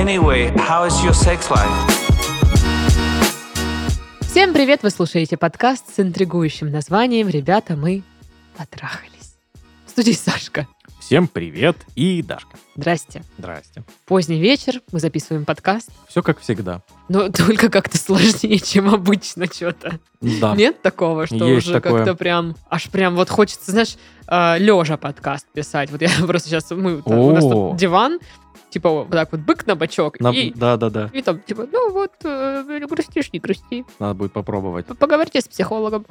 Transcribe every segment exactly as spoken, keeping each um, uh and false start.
Anyway, how is your sex life? Всем привет! Вы слушаете подкаст с интригующим названием «Ребята, мы потрахались». В студии Сашка. Всем привет и Дашка. Здрасте. Здрасте. Поздний вечер, мы записываем подкаст. Все как всегда. Но только как-то сложнее, чем обычно что-то. Да. Нет такого, что Есть уже такое. как-то прям, аж прям вот хочется, знаешь, лежа подкаст писать. Вот я просто сейчас, мы, там, у нас тут диван, типа вот так вот бык на бочок. На... И, Да-да-да. и там типа, ну вот, э, грустишь, не грусти. Надо будет попробовать. Поговорите с психологом.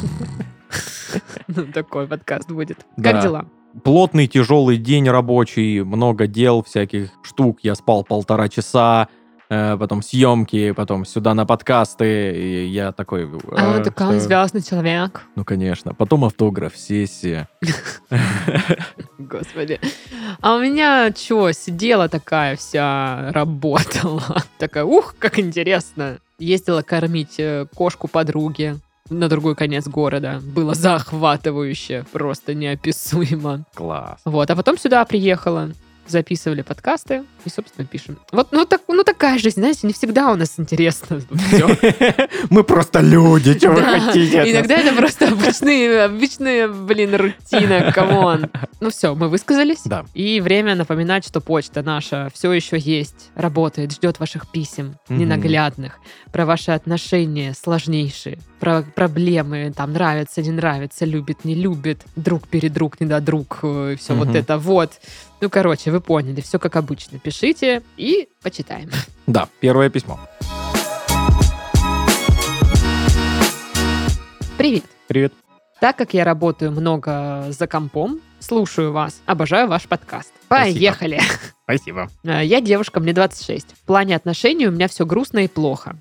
Ну, такой подкаст будет. Как дела? Плотный, тяжелый день рабочий, много дел, всяких штук. Я спал полтора часа, э, потом съемки, потом сюда на подкасты. И я такой... Э, а, такой он что... звездный человек. Ну, конечно. Потом автограф, сессия. Господи. А у меня что, сидела такая вся, работала. Такая, ух, как интересно. Ездила кормить кошку подруги на другой конец города. Было захватывающе, просто неописуемо. Класс. Вот, а потом сюда приехала, записывали подкасты и, собственно, пишем. Вот, ну, так, ну такая жизнь, знаете, не всегда у нас интересно всё. Мы просто люди, что вы хотите? Иногда это просто обычные, обычная, блин, рутина, камон. Ну все, мы высказались. Да. И время напоминать, что почта наша все еще есть, работает, ждет ваших писем ненаглядных, про ваши отношения сложнейшие, про проблемы, там, нравится, не нравится, любит, не любит, друг передруг, недодруг, все вот это вот. Ну, короче, вы поняли, все как обычно. Пишите и почитаем. Да, первое письмо. Привет. Привет. Так как я работаю много за компом, слушаю вас, обожаю ваш подкаст. Поехали. Спасибо. Я девушка, мне двадцать шесть. В плане отношений у меня все грустно и плохо.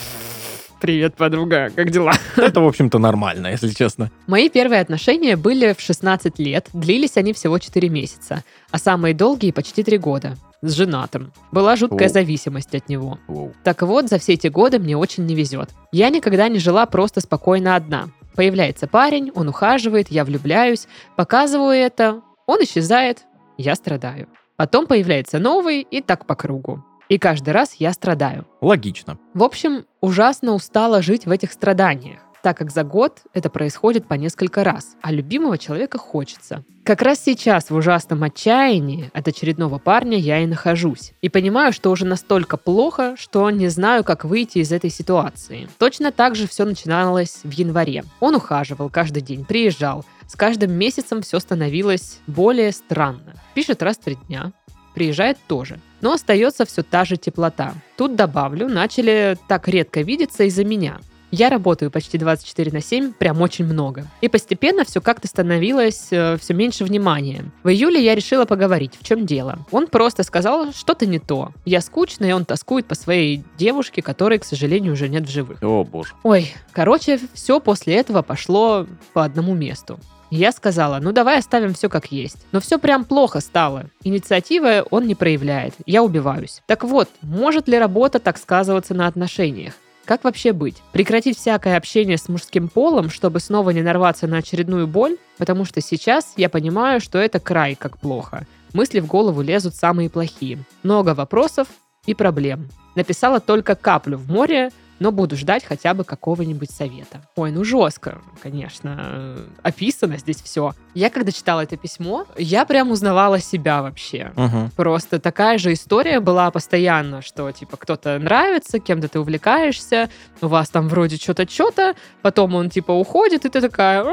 Привет, подруга, как дела? Это, в общем-то, нормально, если честно. Мои первые отношения были в шестнадцать лет, длились они всего четыре месяца, а самые долгие почти три года. С женатым. Была жуткая О. зависимость от него. О. Так вот, за все эти годы мне очень не везет. Я никогда не жила просто спокойно одна. Появляется парень, он ухаживает, я влюбляюсь, показываю это, он исчезает, я страдаю. Потом появляется новый, и так по кругу. И каждый раз я страдаю. Логично. В общем, ужасно устала жить в этих страданиях, так как за год это происходит по несколько раз, а любимого человека хочется. Как раз сейчас в ужасном отчаянии от очередного парня я и нахожусь. И понимаю, что уже настолько плохо, что не знаю, как выйти из этой ситуации. Точно так же все начиналось в январе. Он ухаживал каждый день, приезжал. С каждым месяцем все становилось более странно. Пишет раз в три дня. Приезжает тоже. Но остается все та же теплота. Тут добавлю, начали так редко видеться из-за меня. Я работаю почти двадцать четыре на семь, прям очень много. И постепенно все как-то становилось э, все меньше внимания. В июле я решила поговорить, в чем дело. Он просто сказал, что-то не то. Я скучная, и он тоскует по своей девушке, которой, к сожалению, уже нет в живых. О, боже. Ой, короче, все после этого пошло по одному месту. Я сказала, ну давай оставим все как есть. Но все прям плохо стало. Инициативы он не проявляет. Я убиваюсь. Так вот, может ли работа так сказываться на отношениях? Как вообще быть? Прекратить всякое общение с мужским полом, чтобы снова не нарваться на очередную боль? Потому что сейчас я понимаю, что это край как плохо. Мысли в голову лезут самые плохие. Много вопросов и проблем. Написала только каплю в море, но буду ждать хотя бы какого-нибудь совета. Ой, ну жестко, конечно, описано здесь все. Я когда читала это письмо, я прям узнавала себя вообще. Угу. Просто такая же история была постоянно, что типа кто-то нравится, кем-то ты увлекаешься, у вас там вроде что-то, что-то, потом он типа уходит, и ты такая...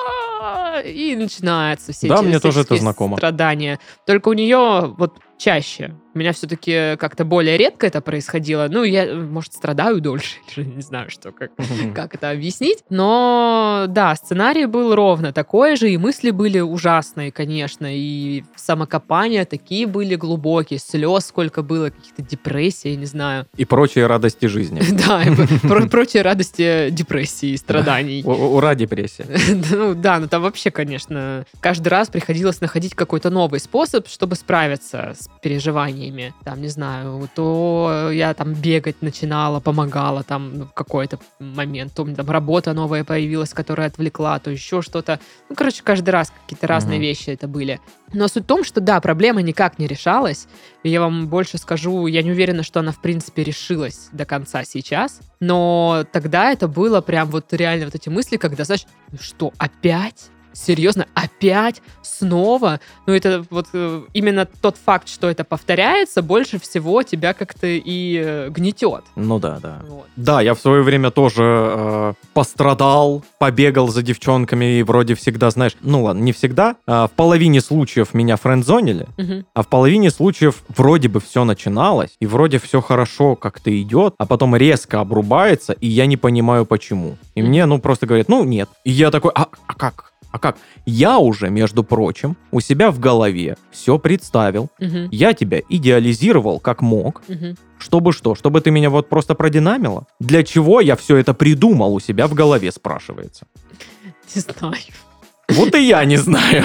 И начинаются все да, эти мне тоже это всяческие знакомо. Страдания. Только у нее вот чаще. У меня все-таки как-то более редко это происходило. Ну, я, может, страдаю дольше, или не знаю, что, как, как это объяснить. Но, да, сценарий был ровно такой же, и мысли были ужасные, конечно, и самокопания такие были глубокие, слез сколько было, каких-то депрессий, я не знаю. И прочие радости жизни. Да, прочие радости депрессии и страданий. Ура, депрессия. Ну, да, ну там вообще, конечно, каждый раз приходилось находить какой-то новый способ, чтобы справиться с переживаниями. Там, не знаю, то я там бегать начинала, помогала там ну, в какой-то момент, то у меня там работа новая появилась, которая отвлекла, то еще что-то. Ну, короче, каждый раз какие-то разные Мгм. вещи это были. Но суть в том, что да, проблема никак не решалась. И я вам больше скажу, я не уверена, что она в принципе решилась до конца сейчас. Но тогда это было прям вот реально вот эти мысли, когда, знаешь, «Ну что, опять? Серьезно, опять? Снова?» Ну, это вот э, именно тот факт, что это повторяется, больше всего тебя как-то и э, гнетет. Ну да, да. Вот. Да, я в свое время тоже э, пострадал, побегал за девчонками и вроде всегда, знаешь, ну ладно, не всегда, а в половине случаев меня френдзонили, Мгм. а в половине случаев вроде бы все начиналось, и вроде все хорошо как-то идет, а потом резко обрубается, и я не понимаю почему. И Мгм. мне, ну, просто говорят, ну, нет. И я такой, а, а как? А как? Я уже, между прочим, у себя в голове все представил, Мгм. я тебя идеализировал как мог, Мгм. чтобы что? Чтобы ты меня вот просто продинамила? Для чего я все это придумал у себя в голове, спрашивается. Не знаю. Вот и я не знаю.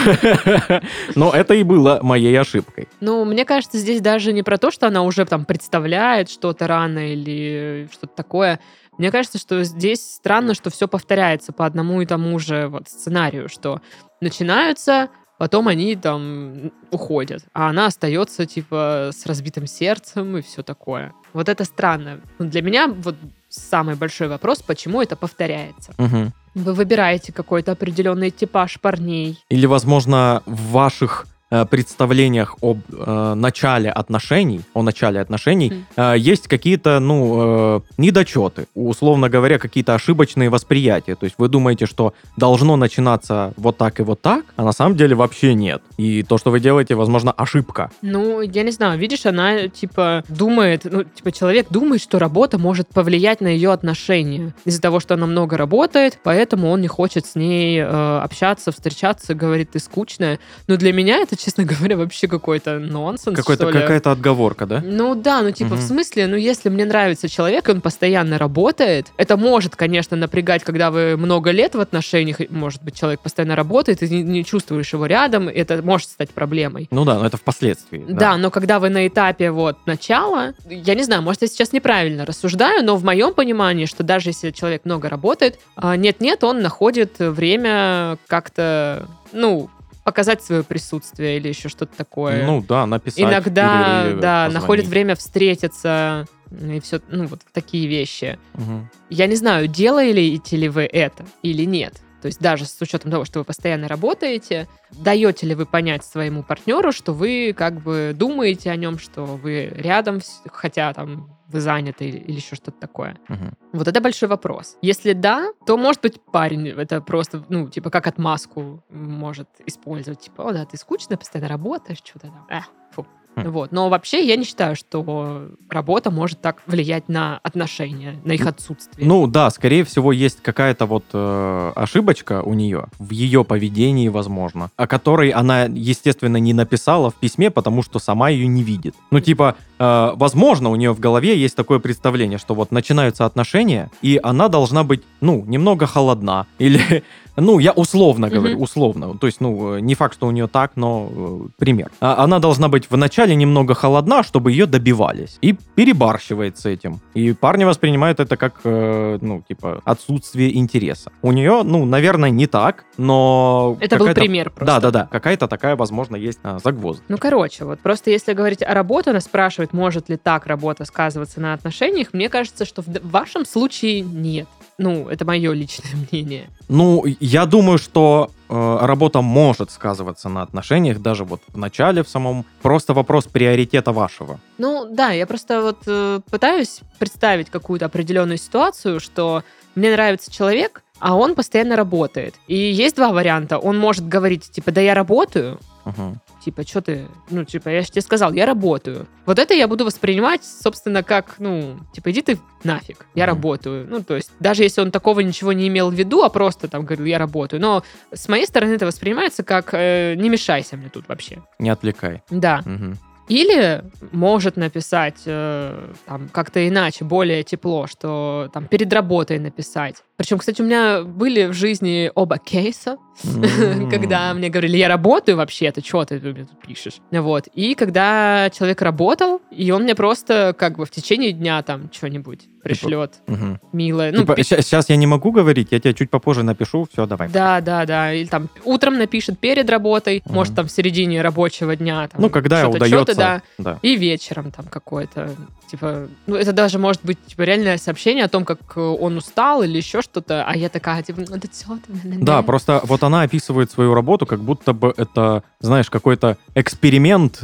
Но это и было моей ошибкой. Ну, мне кажется, здесь даже не про то, что она уже там представляет что-то рано или что-то такое. Мне кажется, что здесь странно, что все повторяется по одному и тому же вот сценарию, что начинаются, потом они там уходят, а она остается типа с разбитым сердцем и все такое. Вот это странно. Ну, для меня вот самый большой вопрос, почему это повторяется. Мгм. Вы выбираете какой-то определенный типаж парней. Или, возможно, в ваших э, представлениях об э, начале отношений, о начале отношений, Мгм. э, есть какие-то, ну, э, недочеты, условно говоря, какие-то ошибочные восприятия. То есть вы думаете, что должно начинаться вот так и вот так, а на самом деле вообще нет. И то, что вы делаете, возможно, ошибка. Ну, я не знаю, видишь, она, типа, думает, ну, типа, человек думает, что работа может повлиять на ее отношения. Из-за того, что она много работает, поэтому он не хочет с ней э, общаться, встречаться, говорит, ты скучная. Но для меня это, честно говоря, вообще какой-то нонсенс, Какой-то, что ли. какая-то отговорка, да? Ну да, ну типа Мгм. в смысле, ну если мне нравится человек, и он постоянно работает, это может, конечно, напрягать, когда вы много лет в отношениях, и, может быть, человек постоянно работает, и ты не, не чувствуешь его рядом, и это может стать проблемой. Ну да, но это впоследствии. Да. но когда вы на этапе вот начала, я не знаю, может, я сейчас неправильно рассуждаю, но в моем понимании, что даже если человек много работает, а, нет-нет, он находит время как-то, ну, показать свое присутствие или еще что-то такое. Ну да, написать. Иногда, или да, позвонить. находит время встретиться и все, ну, вот такие вещи. Мгм. Я не знаю, делаете ли вы это или нет. То есть даже с учетом того, что вы постоянно работаете, даете ли вы понять своему партнеру, что вы как бы думаете о нем, что вы рядом, вс- хотя там вы заняты или, или еще что-то такое. Мгм. Вот это большой вопрос. Если да, то, может быть, парень это просто, ну, типа, как отмазку может использовать. Типа, о, да, ты скучно, постоянно работаешь, что-то там. Эх, фу. Хм. Вот. Но вообще я не считаю, что работа может так влиять на отношения, на их отсутствие. Ну да, скорее всего, есть какая-то вот э, ошибочка у нее в ее поведении, возможно, о которой она, естественно, не написала в письме, потому что сама ее не видит. Ну типа, э, возможно, у нее в голове есть такое представление, что вот начинаются отношения, и она должна быть, ну, немного холодна. Или, ну, я условно говорю, Мгм. условно. То есть, ну, э, не факт, что у нее так, но э, пример. А- Она должна быть вначале немного холодна, чтобы ее добивались. И перебарщивает с этим. И парни воспринимают это как, э, ну, типа, отсутствие интереса. У нее, ну, наверное, не так, но... Это был какая-то- пример просто. Да-да-да, какая-то такая, возможно, есть а, загвоздка. Ну, короче, вот просто если говорить о работе, она спрашивает, может ли так работа сказываться на отношениях, мне кажется, что в д- в вашем случае нет. Ну, это мое личное мнение. Ну, я думаю, что э, работа может сказываться на отношениях, даже вот в начале в самом. Просто вопрос приоритета вашего. Ну, да, я просто вот э, пытаюсь представить какую-то определенную ситуацию, что мне нравится человек, а он постоянно работает. И есть два варианта. Он может говорить, типа, да я работаю, Мгм. типа, что ты, ну, типа, я же тебе сказал, я работаю. Вот это я буду воспринимать, собственно, как, ну, типа, иди ты нафиг, я Мгм. работаю. Ну, то есть, даже если он такого ничего не имел в виду, а просто там говорил, я работаю. Но с моей стороны это воспринимается как, э, не мешайся мне тут вообще. Не отвлекай. Да. Мгм. Или может написать э, там как-то иначе, более тепло, что там перед работой написать. Причем, кстати, у меня были в жизни оба кейса, когда мне говорили, я работаю вообще-то, что ты мне тут пишешь? Вот. И когда человек работал, и он мне просто как бы в течение дня там что-нибудь пришлет милое. Ну, сейчас я не могу говорить, я тебе чуть попозже напишу, все, давай. Да, да, да. Или там утром напишет перед работой, может там в середине рабочего дня. Там, ну, когда что-то, удается. Что-то, да. да. И вечером там какое-то, типа, ну, это даже может быть типа реальное сообщение о том, как он устал или еще что-то, а я такая, типа, ну, это все. Да, просто вот она описывает свою работу, как будто бы это, знаешь, какой-то эксперимент,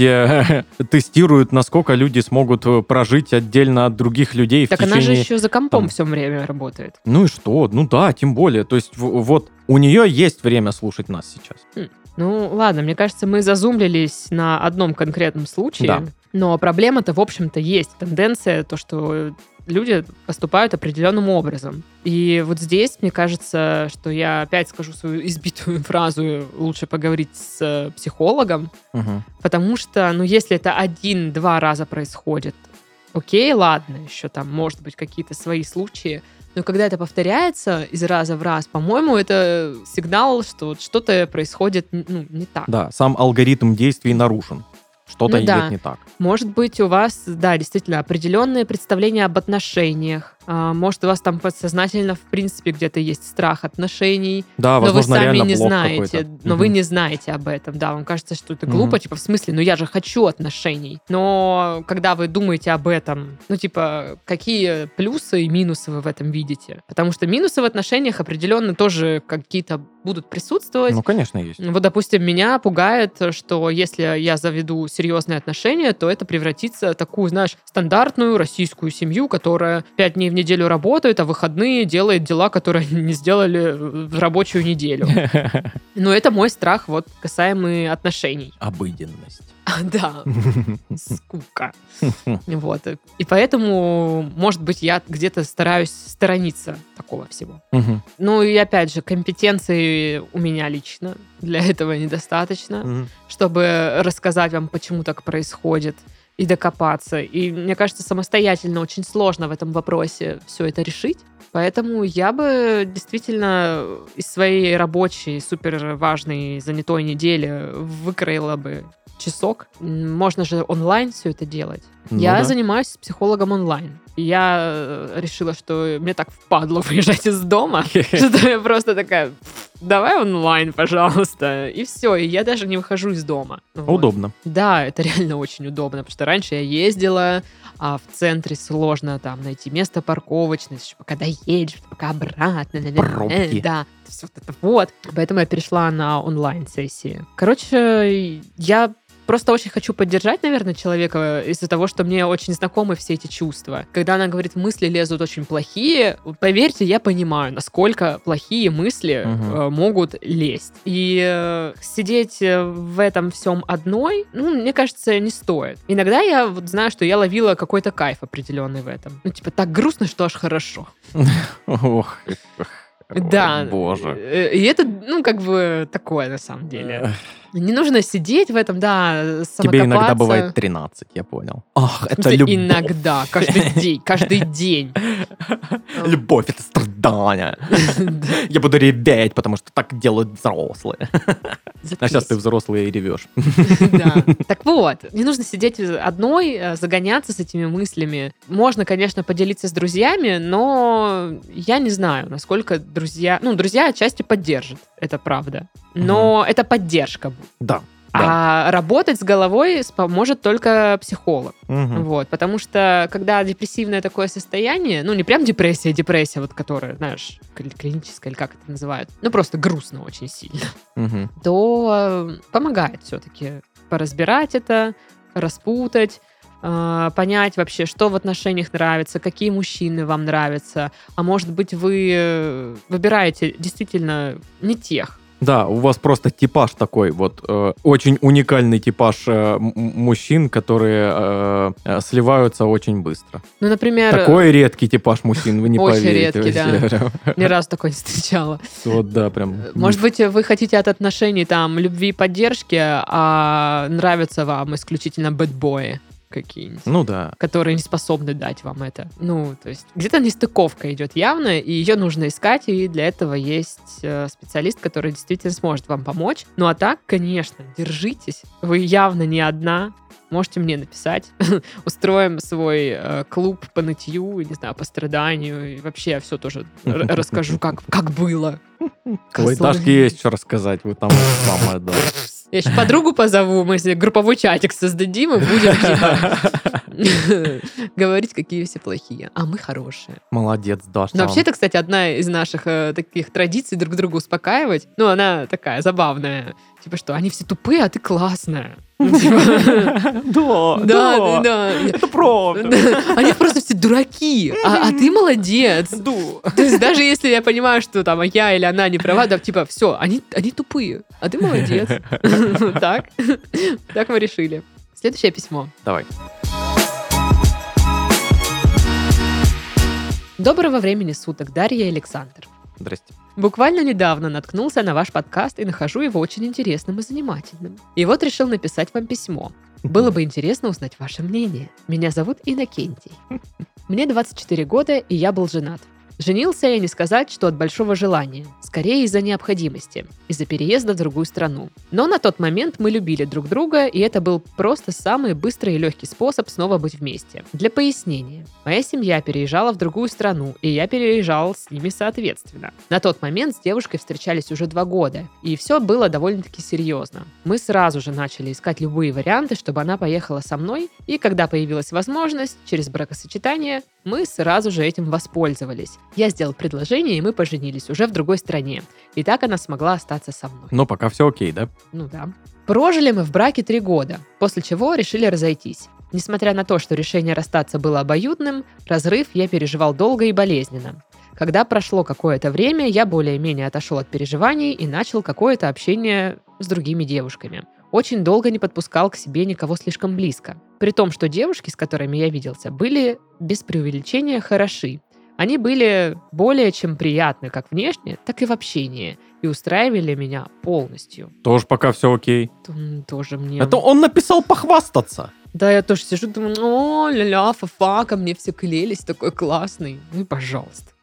где тестируют, насколько люди смогут прожить отдельно от других людей. Так в она течение, же еще за компом там, все время работает. Ну и что? Ну да, тем более. То есть в- вот у нее есть время слушать нас сейчас. Хм. Ну, ладно, мне кажется, мы зазумлились на одном конкретном случае, Да. но проблема-то, в общем-то, есть. Тенденция, то, что люди поступают определенным образом. И вот здесь, мне кажется, что я опять скажу свою избитую фразу «лучше поговорить с психологом», Угу. потому что, ну, если это один-два раза происходит, окей, ладно, еще там, может быть, какие-то свои случаи, но когда это повторяется из раза в раз, по-моему, это сигнал, что вот что-то происходит, ну, не так. Да, сам алгоритм действий нарушен. Что-то Ну идет да. не так. Может быть, у вас, да, действительно, определенные представления об отношениях. А, Может, у вас там подсознательно, в принципе, где-то есть страх отношений, Да, но вы возможно, сами реально не блок знаете, какой-то. но Мгм. вы не знаете об этом, да, вам кажется, что это глупо, Мгм. типа, в смысле, ну я же хочу отношений, но когда вы думаете об этом, ну, типа, какие плюсы и минусы вы в этом видите? Потому что минусы в отношениях определенно тоже какие-то будут присутствовать. Ну, конечно, есть. Вот, допустим, меня пугает, что если я заведу серьезные отношения, то это превратится в такую, знаешь, стандартную российскую семью, которая пять дней в неделю работает, а в выходные делает дела, которые они не сделали в рабочую неделю. Но это мой страх, вот, касаемый отношений. Обыденность. Да, скука. Вот. И поэтому, может быть, я где-то стараюсь сторониться такого всего. Мгм. Ну и опять же, компетенции у меня лично для этого недостаточно, Мгм. чтобы рассказать вам, почему так происходит, и докопаться. И мне кажется, самостоятельно очень сложно в этом вопросе все это решить. Поэтому я бы действительно из своей рабочей, супер важной, занятой недели выкроила бы часок. М, Можно же онлайн все это делать. Ну я да. занимаюсь с психологом онлайн. И я э, решила, что мне так впадло выезжать из дома, что я просто такая, давай онлайн, пожалуйста. И все, и я даже не выхожу из дома. Вот. Удобно. Да, это реально очень удобно, потому что раньше я ездила, а в центре сложно там найти место парковочное, еще пока доедешь, пока обратно. на- на- на- Пробки. Да, все вот это вот. Поэтому я перешла на онлайн-сессии. Короче, я просто очень хочу поддержать, наверное, человека из-за того, что мне очень знакомы все эти чувства. Когда она говорит, мысли лезут очень плохие, поверьте, я понимаю, насколько плохие мысли Мгм. э, могут лезть. И э, сидеть э, в этом всем одной, ну, мне кажется, не стоит. Иногда я вот знаю, что я ловила какой-то кайф определенный в этом. Ну, типа, так грустно, что аж хорошо. Ох. Да. Ой, боже. Э, И это, ну, как бы такое на самом деле. Не нужно сидеть в этом, да, самокопаться. Тебе иногда бывает тринадцать, я понял. Ах, В это смысле, любовь. иногда, каждый день, каждый день. Любовь — это страдание. Я буду реветь, потому что так делают взрослые. А сейчас ты взрослый и ревешь. Да. Так вот, не нужно сидеть одной, э, загоняться с этими мыслями. Можно, конечно, поделиться с друзьями, но я не знаю, насколько друзья... Ну, друзья отчасти поддержат, это правда. Но это поддержка будет. Да. А работать с головой с- поможет только психолог. Мгм. Вот, потому что когда депрессивное такое состояние, ну не прям депрессия, депрессия, вот которая, знаешь, кли- клиническая или как это называют, ну просто грустно очень сильно, Мгм. то э, помогает все-таки поразбирать это, распутать, э, понять вообще, что в отношениях нравится, какие мужчины вам нравятся, а может быть вы э, выбираете действительно не тех, Да, у вас просто типаж такой, вот, э, очень уникальный типаж э, м- мужчин, которые э, э, сливаются очень быстро. Ну, например... Такой редкий типаж мужчин, вы не Очень поверите. редкий, да. вообще. Ни разу такой не встречала. Вот, да, прям. Может быть, вы хотите от отношений там любви и поддержки, а нравятся вам исключительно бэтбои какие-нибудь, Ну да. которые не способны дать вам это. Ну, то есть где-то нестыковка идет явно, и ее нужно искать, и для этого есть э, специалист, который действительно сможет вам помочь. Ну а так, конечно, держитесь. Вы явно не одна. Можете мне написать. Устроим свой э, клуб по нытью, не знаю, по страданию. И вообще я все тоже р- расскажу, как, как было. У Козлы. Дашки есть что рассказать, вы там самое, да. Я еще подругу позову, мы себе групповой чатик создадим и будем типа, говорить, какие все плохие. А мы хорошие. Молодец, Даша. Но вообще, это, кстати, одна из наших э, таких традиций друг друга успокаивать. Ну, она такая забавная. Типа, что они все тупые, а ты классная. Ну, типа, Да, Да, да, да. это правда. Они просто все дураки, а, а ты молодец. Да. То есть даже если я понимаю, что там я или она не права, да, типа, все, они, они тупые, а ты молодец. Так, так мы решили. Следующее письмо. Давай. Доброго времени суток, Дарья и Александр. Здрасте. Буквально недавно наткнулся на ваш подкаст и нахожу его очень интересным и занимательным. И вот решил написать вам письмо. Было бы интересно узнать ваше мнение. Меня зовут Иннокентий. Мне двадцать четыре года, и я был женат. Женился я не сказать, что от большого желания, скорее из-за необходимости, из-за переезда в другую страну. Но на тот момент мы любили друг друга, и это был просто самый быстрый и легкий способ снова быть вместе. Для пояснения, моя семья переезжала в другую страну, и я переезжал с ними соответственно. На тот момент с девушкой встречались уже два года, и все было довольно-таки серьезно. Мы сразу же начали искать любые варианты, чтобы она поехала со мной, и когда появилась возможность, через бракосочетание, мы сразу же этим воспользовались. Я сделал предложение, и мы поженились уже в другой стране. И так она смогла остаться со мной. Но пока все окей, да? Ну да. Прожили мы в браке три года, после чего решили разойтись. Несмотря на то, что решение расстаться было обоюдным, разрыв я переживал долго и болезненно. Когда прошло какое-то время, я более-менее отошел от переживаний и начал какое-то общение с другими девушками. Очень долго не подпускал к себе никого слишком близко. При том, что девушки, с которыми я виделся, были без преувеличения хороши. Они были более чем приятны как внешне, так и в общении, и устраивали меня полностью. Тоже пока все окей. М, Тоже мне... Это он написал похвастаться. Да, я тоже сижу, думаю, о, ля-ля, фа-фа, ко мне все клеились, такой классный. Ну и пожалуйста.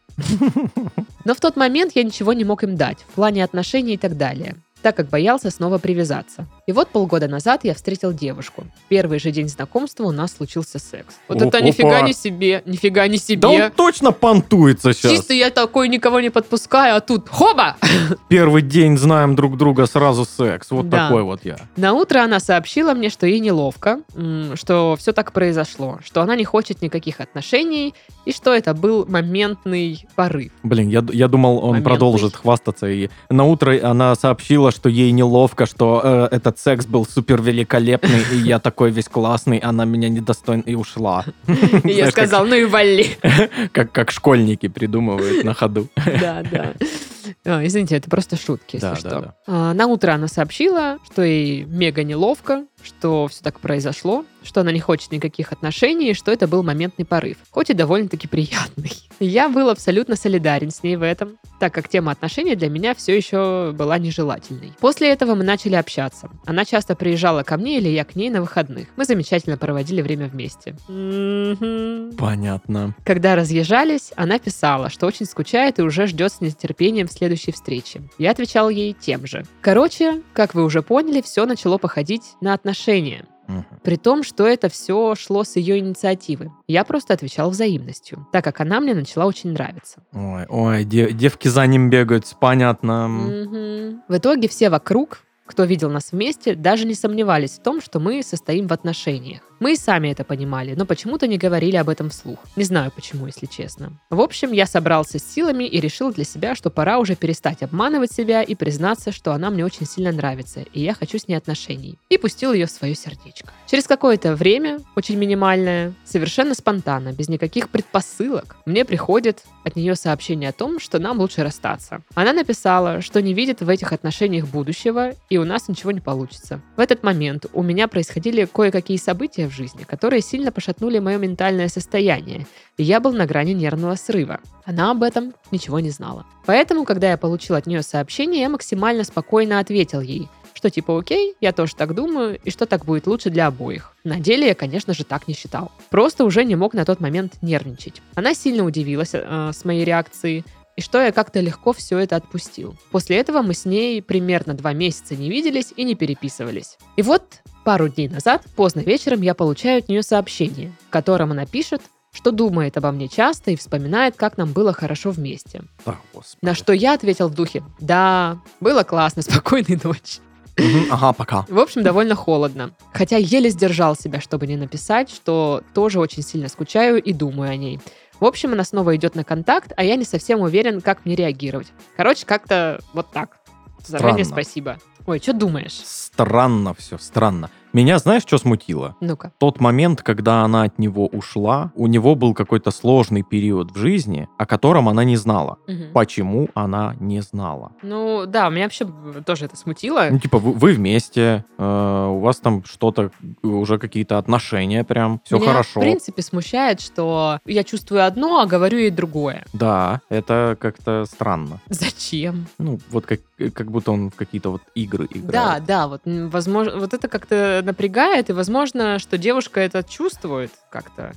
Но в тот момент я ничего не мог им дать, в плане отношений и так далее, так как боялся снова привязаться. И вот полгода назад я встретил девушку. Первый же день знакомства у нас случился секс. Вот О, это опа. нифига не себе, нифига не себе. Да он точно понтуется сейчас. Чисто я такой никого не подпускаю, а тут хоба! Первый день знаем друг друга, сразу секс. Вот Да. такой вот я. На утро она сообщила мне, что ей неловко, м, что все так произошло, что она не хочет никаких отношений, и что это был моментный порыв. Блин, я, я думал, он Моментный. продолжит хвастаться. И на утро она сообщила, что ей неловко, что э, этот секс был супер великолепный, и я такой весь классный, она меня недостоин, и ушла. И я Знаешь, как- сказал, ну и вали. Как, как школьники придумывают на ходу. Да, да. А, извините, это просто шутки, если Да, что. да, да. А, на утро она сообщила, что ей мега неловко, что все так произошло, что она не хочет никаких отношений, и что это был моментный порыв, хоть и довольно-таки приятный. Я был абсолютно солидарен с ней в этом, так как тема отношений для меня все еще была нежелательной. После этого мы начали общаться. Она часто приезжала ко мне или я к ней на выходных. Мы замечательно проводили время вместе. Мгм. Понятно. Когда разъезжались, она писала, что очень скучает и уже ждет с нетерпением следующей встречи. Я отвечал ей тем же. Короче, как вы уже поняли, все начало походить на отношения. Мгм. При том, что это все шло с ее инициативы. Я просто отвечал взаимностью, так как она мне начала очень нравиться. Ой, ой, де- девки за ним бегают, понятно. Мгм. В итоге все вокруг, кто видел нас вместе, даже не сомневались в том, что мы состоим в отношениях. Мы и сами это понимали, но почему-то не говорили об этом вслух. Не знаю почему, если честно. В общем, я собрался с силами и решил для себя, что пора уже перестать обманывать себя и признаться, что она мне очень сильно нравится, и я хочу с ней отношений. И пустил ее в свое сердечко. Через какое-то время, очень минимальное, совершенно спонтанно, без никаких предпосылок, мне приходит от нее сообщение о том, что нам лучше расстаться. Она написала, что не видит в этих отношениях будущего, и у нас ничего не получится. В этот момент у меня происходили кое-какие события в жизни, которые сильно пошатнули мое ментальное состояние, и я был на грани нервного срыва. Она об этом ничего не знала. Поэтому, когда я получил от нее сообщение, я максимально спокойно ответил ей, что типа окей, я тоже так думаю, и что так будет лучше для обоих. На деле я, конечно же, так не считал. Просто уже не мог на тот момент нервничать. Она сильно удивилась э, с моей реакцией, и что я как-то легко все это отпустил. После этого мы с ней примерно два месяца не виделись и не переписывались. И вот пару дней назад, поздно вечером, я получаю от нее сообщение, в котором она пишет, что думает обо мне часто и вспоминает, как нам было хорошо вместе. Да, господи. На что я ответил в духе: да, было классно, спокойной ночи. Мгм, Ага, пока. В общем, довольно холодно. Хотя еле сдержал себя, чтобы не написать, что тоже очень сильно скучаю и думаю о ней. В общем, она снова идет на контакт, а я не совсем уверен, как мне реагировать. Короче, как-то вот так. Заранее Странно. спасибо. Ой, что думаешь? Странно все, странно. Меня, знаешь, что смутило? Ну-ка. Тот момент, когда она от него ушла, у него был какой-то сложный период в жизни, о котором она не знала. Мгм. Почему она не знала? Ну, да, меня вообще тоже это смутило. Ну, типа, вы, вы вместе, э, у вас там что-то, уже какие-то отношения прям, все Меня, хорошо. в принципе, смущает, что я чувствую одно, а говорю ей другое. Да, это как-то странно. Зачем? Ну, вот как, как будто он в какие-то вот игры играет. Да, да, вот, м, возможно, вот это как-то напрягает, и, возможно, что девушка это чувствует как-то,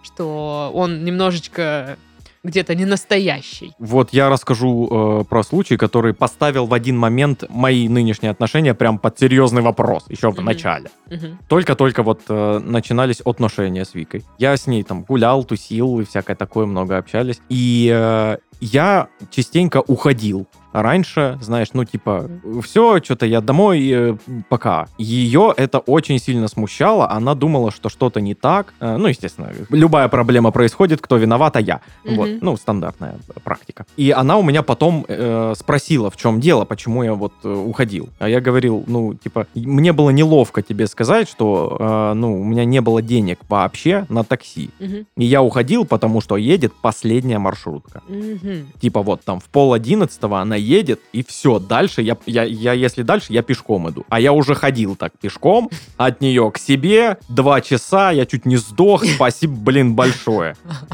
что он немножечко где-то не настоящий. Вот я расскажу э, про случай, который поставил в один момент мои нынешние отношения прям под серьезный вопрос, еще в Мгм. начале. Мгм. Только-только вот э, начинались отношения с Викой. Я с ней там гулял, тусил и всякое такое, много общались. И э, я частенько уходил. Раньше, знаешь, ну типа, все, что-то я домой, э, пока. Ее это очень сильно смущало. Она думала, что что-то не так. Э, ну, естественно, любая проблема происходит, кто виноват, а я. Мгм. Вот, ну, стандартная практика. И она у меня потом э, спросила, в чем дело, почему я вот э, уходил. А я говорил, ну, типа, мне было неловко тебе сказать, что, э, ну, у меня не было денег вообще на такси. Мгм. И я уходил, потому что едет последняя маршрутка. Мгм. Типа вот там в пол одиннадцатого она едет, и все, дальше я, я, я, если дальше, я пешком иду. А я уже ходил так пешком от нее к себе, два часа, я чуть не сдох, спасибо, блин, большое.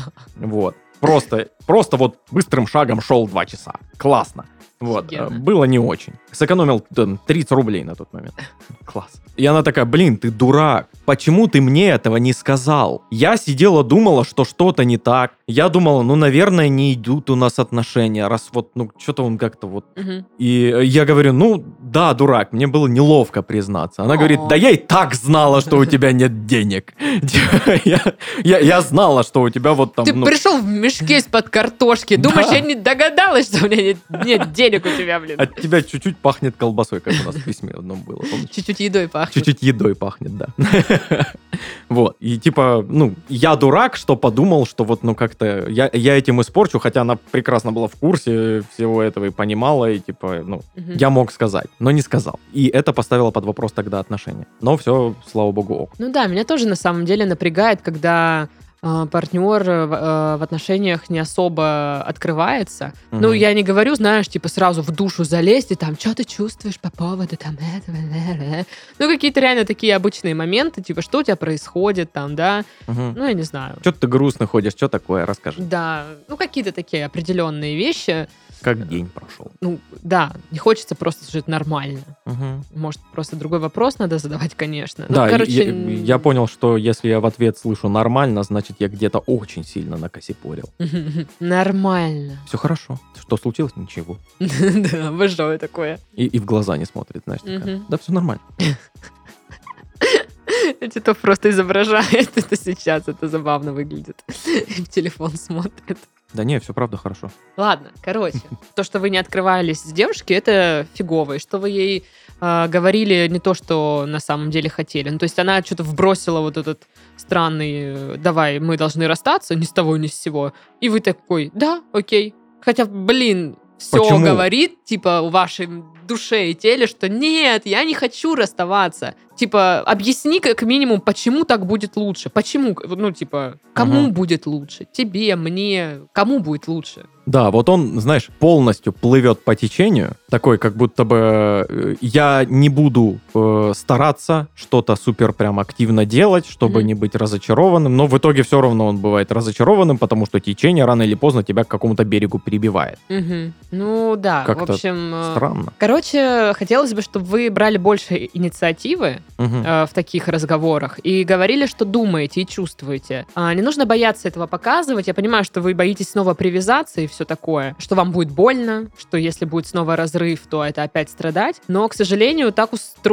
Вот. Просто, просто вот быстрым шагом шел два часа. Классно. Вот. Офигенно. э, Было не очень. Сэкономил там, тридцать рублей на тот момент. Класс. И она такая, блин, ты дурак. Почему ты мне этого не сказал? Я сидела, думала, что что-то не так. Я думала, ну, наверное, не идут у нас отношения, раз вот, ну, что-то он как-то вот... Мгм. И я говорю, ну, да, дурак, мне было неловко признаться. Она говорит, О. да я и так знала, что у тебя нет денег. Я, я, я знала, что у тебя вот там... Ты ну, пришел в мешке из-под картошки. Думаешь, Да. я не догадалась, что у меня нет, нет денег у тебя, блин. от тебя чуть-чуть пахнет колбасой, как у нас в письме одном было, помнишь? Чуть-чуть едой пахнет. Чуть-чуть едой пахнет, да. Вот. И типа, ну, я дурак, что подумал, что вот, ну, как-то я, я этим испорчу, хотя она прекрасно была в курсе всего этого и понимала, и типа, ну, Мгм. я мог сказать, но не сказал. И это поставило под вопрос тогда отношения. Но все, слава богу, ок. Ну да, меня тоже на самом деле напрягает, когда э, партнер э, в э, в отношениях не особо открывается. Ну, Мгм. я не говорю, знаешь, типа сразу в душу залезть и там, что ты чувствуешь по поводу там этого, э, э». Ну, какие-то реально такие обычные моменты, типа, что у тебя происходит там, да, Мгм. ну, я не знаю. Чё ты грустно ходишь, что такое, расскажи. Да, ну, какие-то такие определенные вещи. Как день прошел. Ну, да, не хочется просто жить нормально. Мгм. Может, просто другой вопрос надо задавать, конечно. Ну, Да, и- короче, я, я понял, что если я в ответ слышу нормально, значит, я где-то очень сильно накосипорил. нормально. Все хорошо. Что случилось? Ничего. Да, обожаю такое. И, и в глаза не смотрит, знаешь, такая. Мгм. Да, все нормально. Титов просто изображает это сейчас, это забавно выглядит. И в телефон смотрит. Да не, все правда хорошо. Ладно, короче, то, что вы не открывались с девушки, это фигово. И что вы ей э, говорили не то, что на самом деле хотели. Ну, то есть она что-то вбросила вот этот странный э, «давай, мы должны расстаться» ни с того, ни с сего. И вы такой «да, окей». Хотя, блин, все Почему? говорит, типа, в вашей душе и теле, что нет, я не хочу расставаться. Типа, объясни как минимум, почему так будет лучше. Почему? Ну, типа, кому Ага. будет лучше? Тебе, мне, кому будет лучше? Да, вот он, знаешь, полностью плывет по течению, такой, как будто бы э, я не буду э, стараться что-то супер прям активно делать, чтобы Мгм. не быть разочарованным, но в итоге все равно он бывает разочарованным, потому что течение рано или поздно тебя к какому-то берегу перебивает. Мгм. Ну, да, Как-то в общем... э, Странно. Короче, хотелось бы, чтобы вы брали больше инициативы Мгм. э, в таких разговорах и говорили, что думаете и чувствуете. А, не нужно бояться этого показывать. Я понимаю, что вы боитесь снова привязаться и все такое, что вам будет больно, что если будет снова разрыв, то это опять страдать. Но, к сожалению, так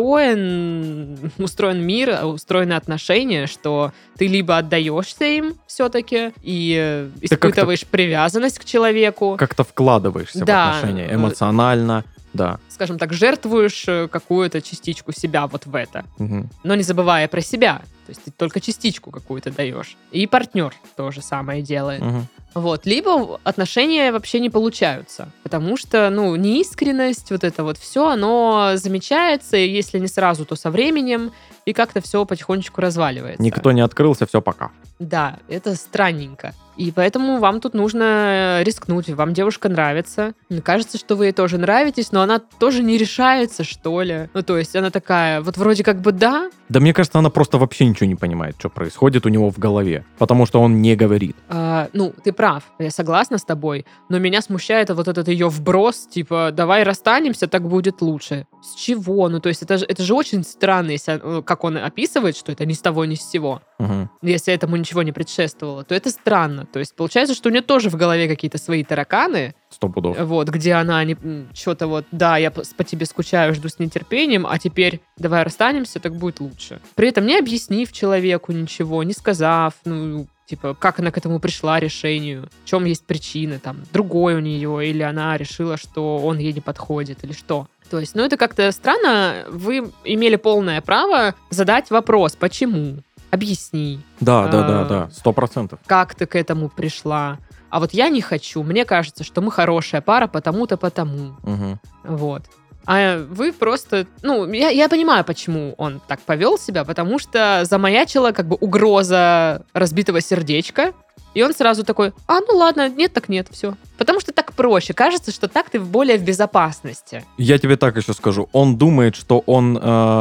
устроен, устроен мир, устроены отношения, что ты либо отдаешься им все-таки и э, Ты как-то- испытываешь привязанность к человеку, Как-то вкладываешься Да. в отношения эмоционально, да. скажем так, жертвуешь э, какую-то частичку себя вот в это. Мгм. Но не забывая про себя. То есть ты только частичку какую-то даешь. И партнер то же самое делает. Мгм. Вот. Либо отношения вообще не получаются. Потому что, ну, неискренность, вот это вот все, оно замечается, и если не сразу, то со временем, и как-то все потихонечку разваливается. Никто не открылся, все, пока. Да, это странненько. И поэтому вам тут нужно рискнуть. Вам девушка нравится. Мне кажется, что вы ей тоже нравитесь, но она тоже не решается, что ли. Ну, то есть она такая, вот вроде как бы да. Да мне кажется, она просто вообще ничего не понимает, что происходит у него в голове, потому что он не говорит. а, ну, ты прав, я согласна с тобой, но меня смущает вот этот ее вброс, типа, давай расстанемся, так будет лучше. С чего? Ну, то есть это же, это же очень странно, если, ну, как он описывает, что это ни с того, ни с сего. Мгм. Если этому ничего не предшествовало, то это странно. То есть получается, что у нее тоже в голове какие-то свои тараканы, Сто пудов. вот, где она не, что-то вот, да, я по, по тебе скучаю, жду с нетерпением, а теперь давай расстанемся, так будет лучше. При этом не объяснив человеку ничего, не сказав, ну, типа, как она к этому пришла, решению, в чем есть причина, там, другой у нее, или она решила, что он ей не подходит, или что. То есть, ну, это как-то странно. Вы имели полное право задать вопрос, почему? Объясни, Да, да, да, А. да, сто процентов. как ты к этому пришла. А вот я не хочу. Мне кажется, что мы хорошая пара потому-то, потому. Мгм. Вот. А вы просто... Ну, я, я понимаю, почему он так повел себя, потому что замаячила как бы угроза разбитого сердечка, и он сразу такой, а, ну ладно, нет так нет, все. Потому что так проще. Кажется, что так ты более в безопасности. Я тебе так еще скажу. Он думает, что он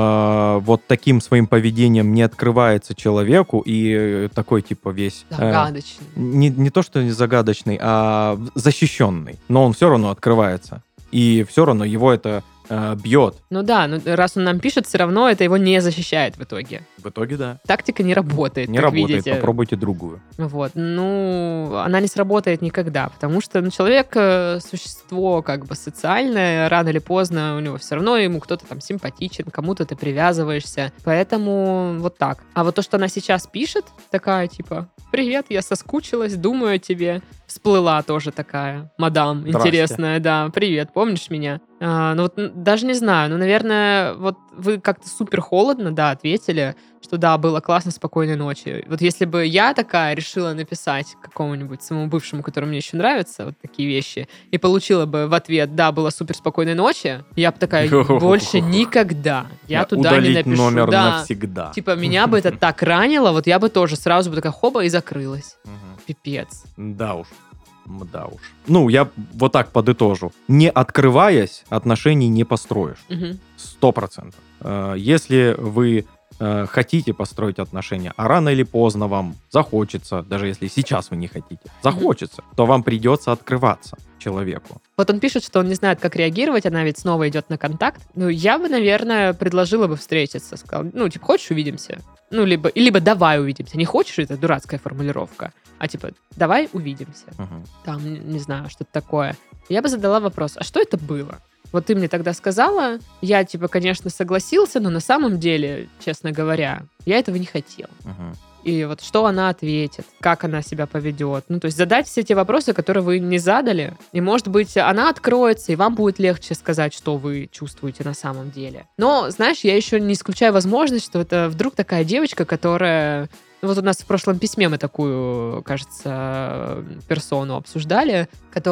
э, вот таким своим поведением не открывается человеку и э, такой типа весь... э, Загадочный. не, не то, что не загадочный, а защищенный. Но он все равно открывается. И все равно его это э, бьет. Ну да, но раз он нам пишет, все равно это его не защищает в итоге. В итоге, да. Тактика не работает, Не как работает. видите. Попробуйте другую. Вот, ну, она не сработает никогда, потому что ну, человек э, существо как бы социальное, рано или поздно у него все равно ему кто-то там симпатичен, кому-то ты привязываешься, поэтому вот так. А вот то, что она сейчас пишет, такая типа, привет, я соскучилась, думаю о тебе, всплыла тоже такая, мадам, Здрасте. интересная, да, привет, помнишь меня? А, ну вот н- даже не знаю, ну, наверное, вот вы как-то супер холодно, да, ответили, что да, было классно, спокойной ночи. Вот если бы я такая решила написать какому-нибудь своему бывшему, который мне еще нравится, вот такие вещи, и получила бы в ответ, да, было супер спокойной ночи, я бы такая, больше никогда. Я Да, туда не удалить напишу. номер да. навсегда. Типа, меня бы это так ранило, вот я бы тоже сразу бы такая хоба и закрылась. Мгм. Пипец. Да уж. Да уж. Ну, я вот так подытожу. Не открываясь, отношений не построишь. Мгм. Сто процентов. Э, Если вы э, хотите построить отношения, а рано или поздно вам захочется, даже если сейчас вы не хотите, захочется, то вам придется открываться человеку. Вот он пишет, что он не знает, как реагировать, она ведь снова идет на контакт. Ну, я бы, наверное, предложила бы встретиться. Сказала, ну, типа, хочешь, увидимся? Ну, либо, либо давай увидимся. Не хочешь, это дурацкая формулировка. А типа, давай увидимся. Мгм. Там, не не знаю, что-то такое. Я бы задала вопрос, а что это было? Вот ты мне тогда сказала, я, типа, конечно, согласился, но на самом деле, честно говоря, я этого не хотел. Мгм. И вот что она ответит, как она себя поведет. Ну, то есть задать все те вопросы, которые вы не задали. И, может быть, она откроется, и вам будет легче сказать, что вы чувствуете на самом деле. Но, знаешь, я еще не исключаю возможность, что это вдруг такая девочка, которая... Вот у нас в прошлом письме мы такую, кажется, персону обсуждали,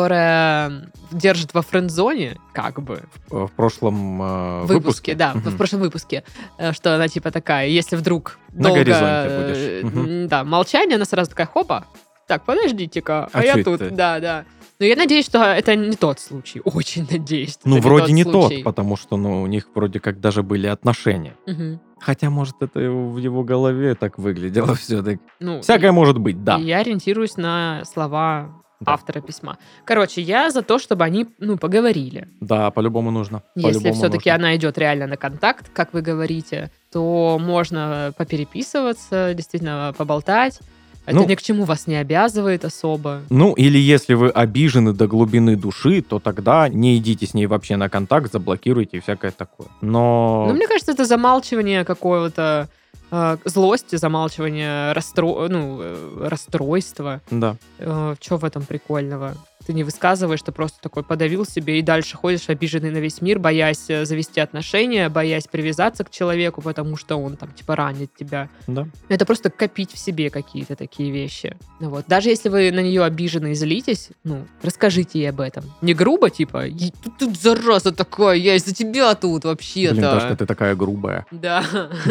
которая держит во френд-зоне, как бы. В прошлом э, выпуске, выпуске. да, Мгм. в прошлом выпуске, э, что она типа такая, если вдруг На долго, горизонте э, будешь. Мгм. м, да, молчание, она сразу такая, хопа, так, подождите-ка, а, А я чё тут, это? да, да. Но я надеюсь, что это не тот случай, очень надеюсь. что Ну, это вроде не случай. тот, потому что, ну, у них вроде как даже были отношения. Мгм. Хотя, может, это в его голове так выглядело все-таки. Ну, Всякое может быть, да. И я ориентируюсь на слова Да. автора письма. Короче, я за то, чтобы они, ну, поговорили. Да, по-любому нужно. Если По-любому все-таки нужно. она идет реально на контакт, как вы говорите, то можно попереписываться, действительно поболтать. Это Ну, ни к чему вас не обязывает особо. Ну, или если вы обижены до глубины души, то тогда не идите с ней вообще на контакт, заблокируйте и всякое такое. Но... Ну, мне кажется, это замалчивание какого-то э, злости, замалчивание расстро... ну, э, расстройства. Да. Э, Что в этом прикольного? Ты не высказываешь, ты просто такой подавил себе и дальше ходишь обиженный на весь мир, боясь э, завести отношения, боясь привязаться к человеку, потому что он там типа ранит тебя. Да. Это просто копить в себе какие-то такие вещи. Ну вот. Даже если вы на нее обижены и злитесь, ну, расскажите ей об этом. Не грубо, типа, «Ей- тут, тут зараза такая, я из-за тебя тут вообще-то. Блин, Дашка, ты такая грубая. Да.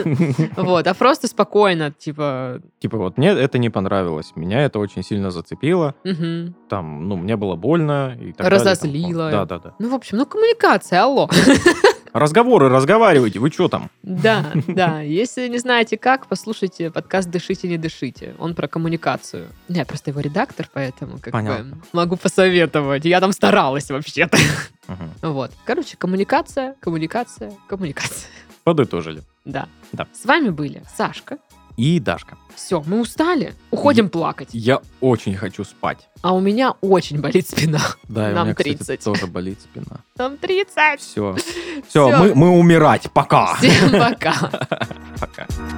Вот, а просто спокойно, типа, Типа вот мне это не понравилось, меня это очень сильно зацепило, мгм. там, ну, мне было больно и так Разозлило. далее. Да, да, да. Ну, в общем, ну, коммуникация, алло. Разговоры, разговаривайте, вы что там? Да, да. Если не знаете как, послушайте подкаст «Дышите, не дышите». Он про коммуникацию. Я просто его редактор, поэтому как Понятно. бы могу посоветовать. Я там старалась вообще-то. Мгм. Вот. Короче, коммуникация, коммуникация, коммуникация. Подытожили. Да. Да. С вами были Сашка. И Дашка. Все, мы устали. Уходим плакать. Я очень хочу спать. А у меня очень болит спина. Да, и у Нам меня, кстати, тридцать. тоже болит спина. Нам тридцать. Все. Все, Всё. мы, мы умирать. Пока. Всем пока. Пока.